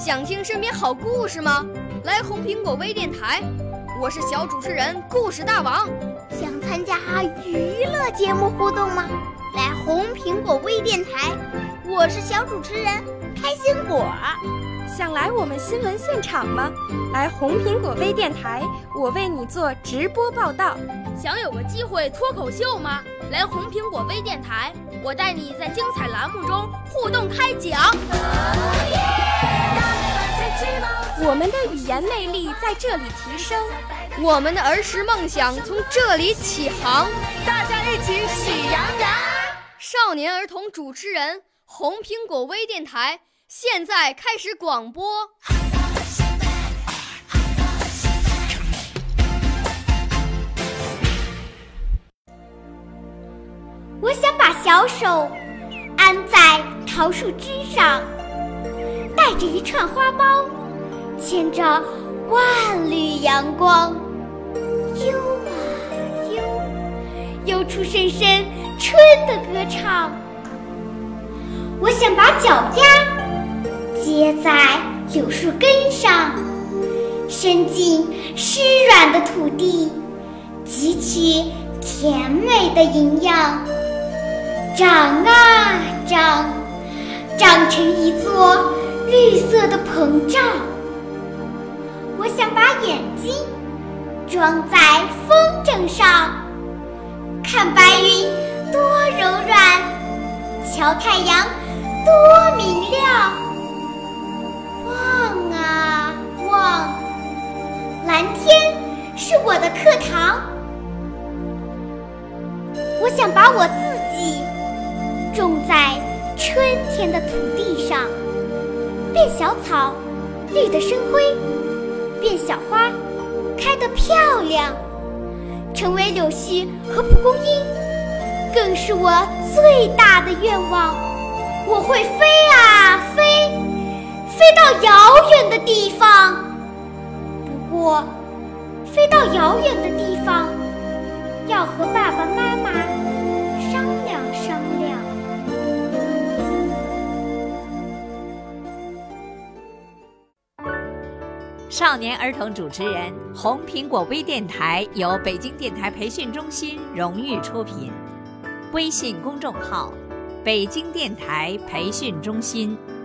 想听身边好故事吗？来红苹果微电台，我是小主持人故事大王。 想参加娱乐节目互动吗？来红苹果微电台，我是小主持人开心果。 想来我们新闻现场吗？来红苹果微电台，我为你做直播报道。 想有个机会脱口秀吗？来红苹果微电台，我带你在精彩栏目中互动开讲。 我们的语言魅力在这里提升， 我们的儿时梦想从这里起航， 大家一起喜羊羊。 少年儿童主持人，红苹果微电台现在开始广播。 我想把小手安在桃树枝上，带着一串花苞，牵着万缕阳光，悠啊悠，悠出深深春的歌唱。我想把脚丫接在柳树根上，伸进湿软的土地，汲取甜美的营养，长啊长，长成一座绿色的膨胀。我想把眼睛装在风筝上，看白云多柔软，瞧太阳多明亮。望啊望，蓝天是我的课堂。我想把我自己种在春天的土地上，变小草绿得生辉，变小花开得漂亮，成为柳絮和蒲公英，更是我最大的愿望。我会飞啊飞，飞到遥远的地方。不过飞到遥远的地方要和爸爸妈妈商量商量。 少年儿童主持人，红苹果微电台由北京电台培训中心荣誉出品，微信公众号：北京电台培训中心。